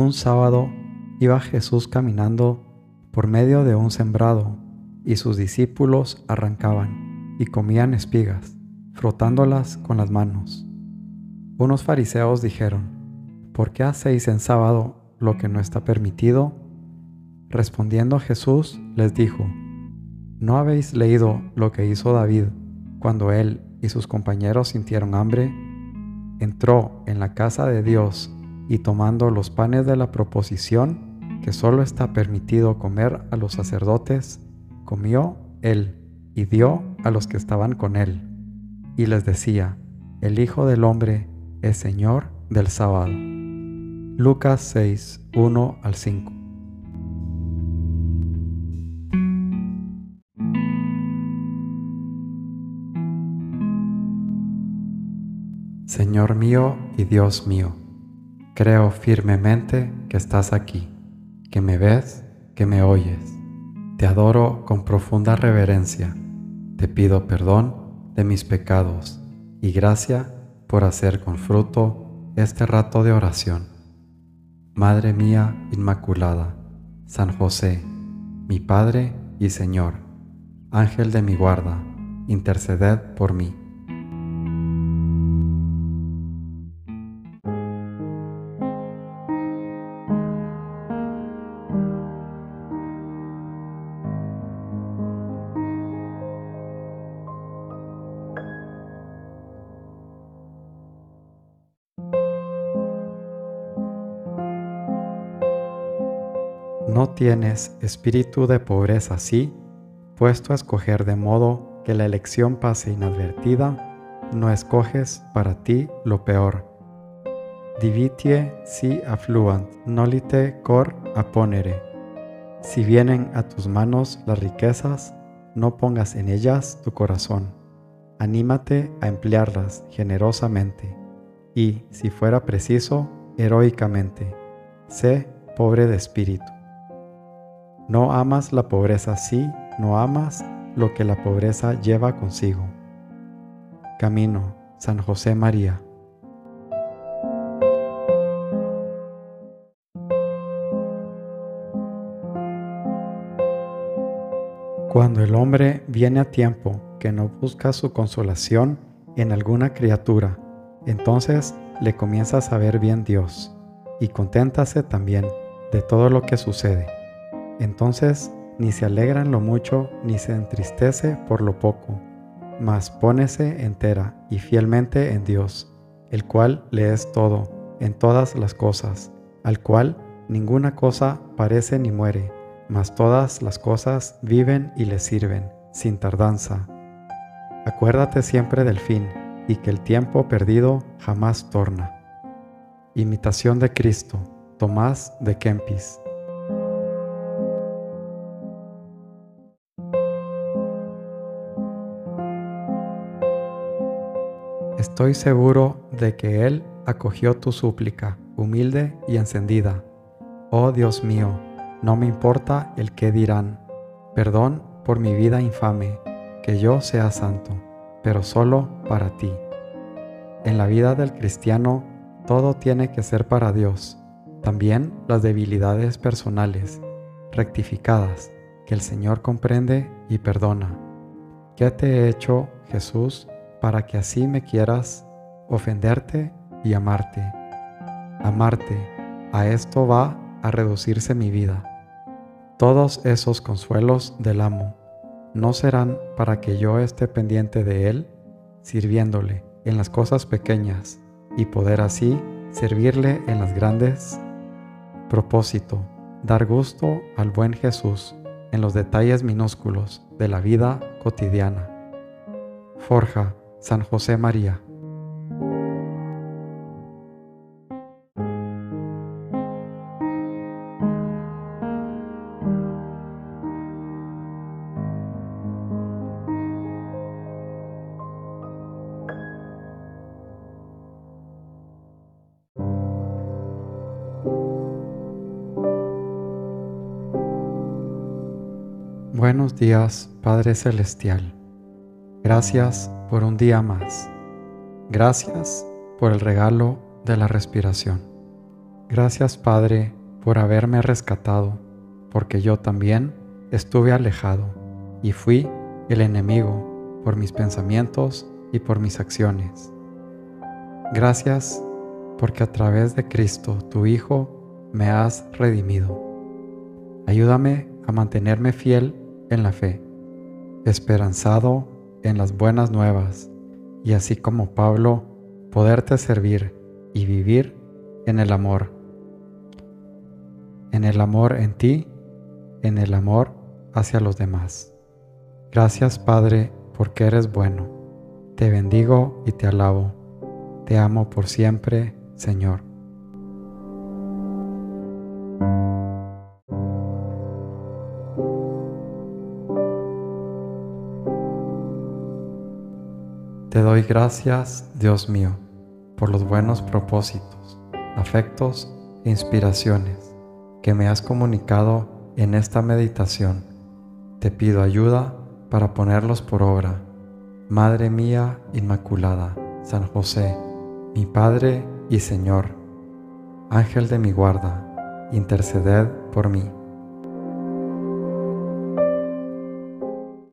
Un sábado iba Jesús caminando por medio de un sembrado, y sus discípulos arrancaban y comían espigas, frotándolas con las manos. Unos fariseos dijeron: ¿Por qué hacéis en sábado lo que no está permitido? Respondiendo Jesús les dijo: ¿No habéis leído lo que hizo David cuando él y sus compañeros sintieron hambre? Entró en la casa de Dios y tomando los panes de la proposición, que solo está permitido comer a los sacerdotes, comió él y dio a los que estaban con él. Y les decía: el Hijo del Hombre es Señor del sábado. Lucas 6, 1 al 5. Señor mío y Dios mío, creo firmemente que estás aquí, que me ves, que me oyes. Te adoro con profunda reverencia. Te pido perdón de mis pecados y gracia por hacer con fruto este rato de oración. Madre mía Inmaculada, San José, mi Padre y Señor, Ángel de mi guarda, interceded por mí. ¿No tienes espíritu de pobreza así, puesto a escoger de modo que la elección pase inadvertida? No escoges para ti lo peor. Divitie si affluant nolite cor apponere. Si vienen a tus manos las riquezas, no pongas en ellas tu corazón. Anímate a emplearlas generosamente y, si fuera preciso, heroicamente. Sé pobre de espíritu. No amas la pobreza así, no amas lo que la pobreza lleva consigo. Camino, San José María. Cuando el hombre viene a tiempo que no busca su consolación en alguna criatura, entonces le comienza a saber bien Dios, y conténtase también de todo lo que sucede. Entonces ni se alegra en lo mucho ni se entristece por lo poco, mas pónese entera y fielmente en Dios, el cual le es todo en todas las cosas, al cual ninguna cosa parece ni muere, mas todas las cosas viven y le sirven, sin tardanza. Acuérdate siempre del fin, y que el tiempo perdido jamás torna. Imitación de Cristo, Tomás de Kempis. Estoy seguro de que Él acogió tu súplica, humilde y encendida. Oh Dios mío, no me importa el qué dirán. Perdón por mi vida infame, que yo sea santo, pero solo para ti. En la vida del cristiano, todo tiene que ser para Dios, también las debilidades personales, rectificadas, que el Señor comprende y perdona. ¿Qué te he hecho, Jesús, para que así me quieras ofenderte y amarte? Amarte, a esto va a reducirse mi vida. Todos esos consuelos del amo no serán para que yo esté pendiente de él, sirviéndole en las cosas pequeñas y poder así servirle en las grandes. Propósito: dar gusto al buen Jesús en los detalles minúsculos de la vida cotidiana. Forja, San José María. Buenos días, Padre Celestial. Gracias por un día más. Gracias por el regalo de la respiración. Gracias, Padre, por haberme rescatado, porque yo también estuve alejado y fui el enemigo por mis pensamientos y por mis acciones. Gracias porque a través de Cristo, tu Hijo, me has redimido. Ayúdame a mantenerme fiel en la fe, esperanzado en las buenas nuevas, y así como Pablo, poderte servir y vivir en el amor en ti, en el amor hacia los demás. Gracias, Padre, porque eres bueno. Te bendigo y te alabo. Te amo por siempre, Señor. Te doy gracias, Dios mío, por los buenos propósitos, afectos e inspiraciones que me has comunicado en esta meditación. Te pido ayuda para ponerlos por obra. Madre mía Inmaculada, San José, mi Padre y Señor, Ángel de mi guarda, interceded por mí.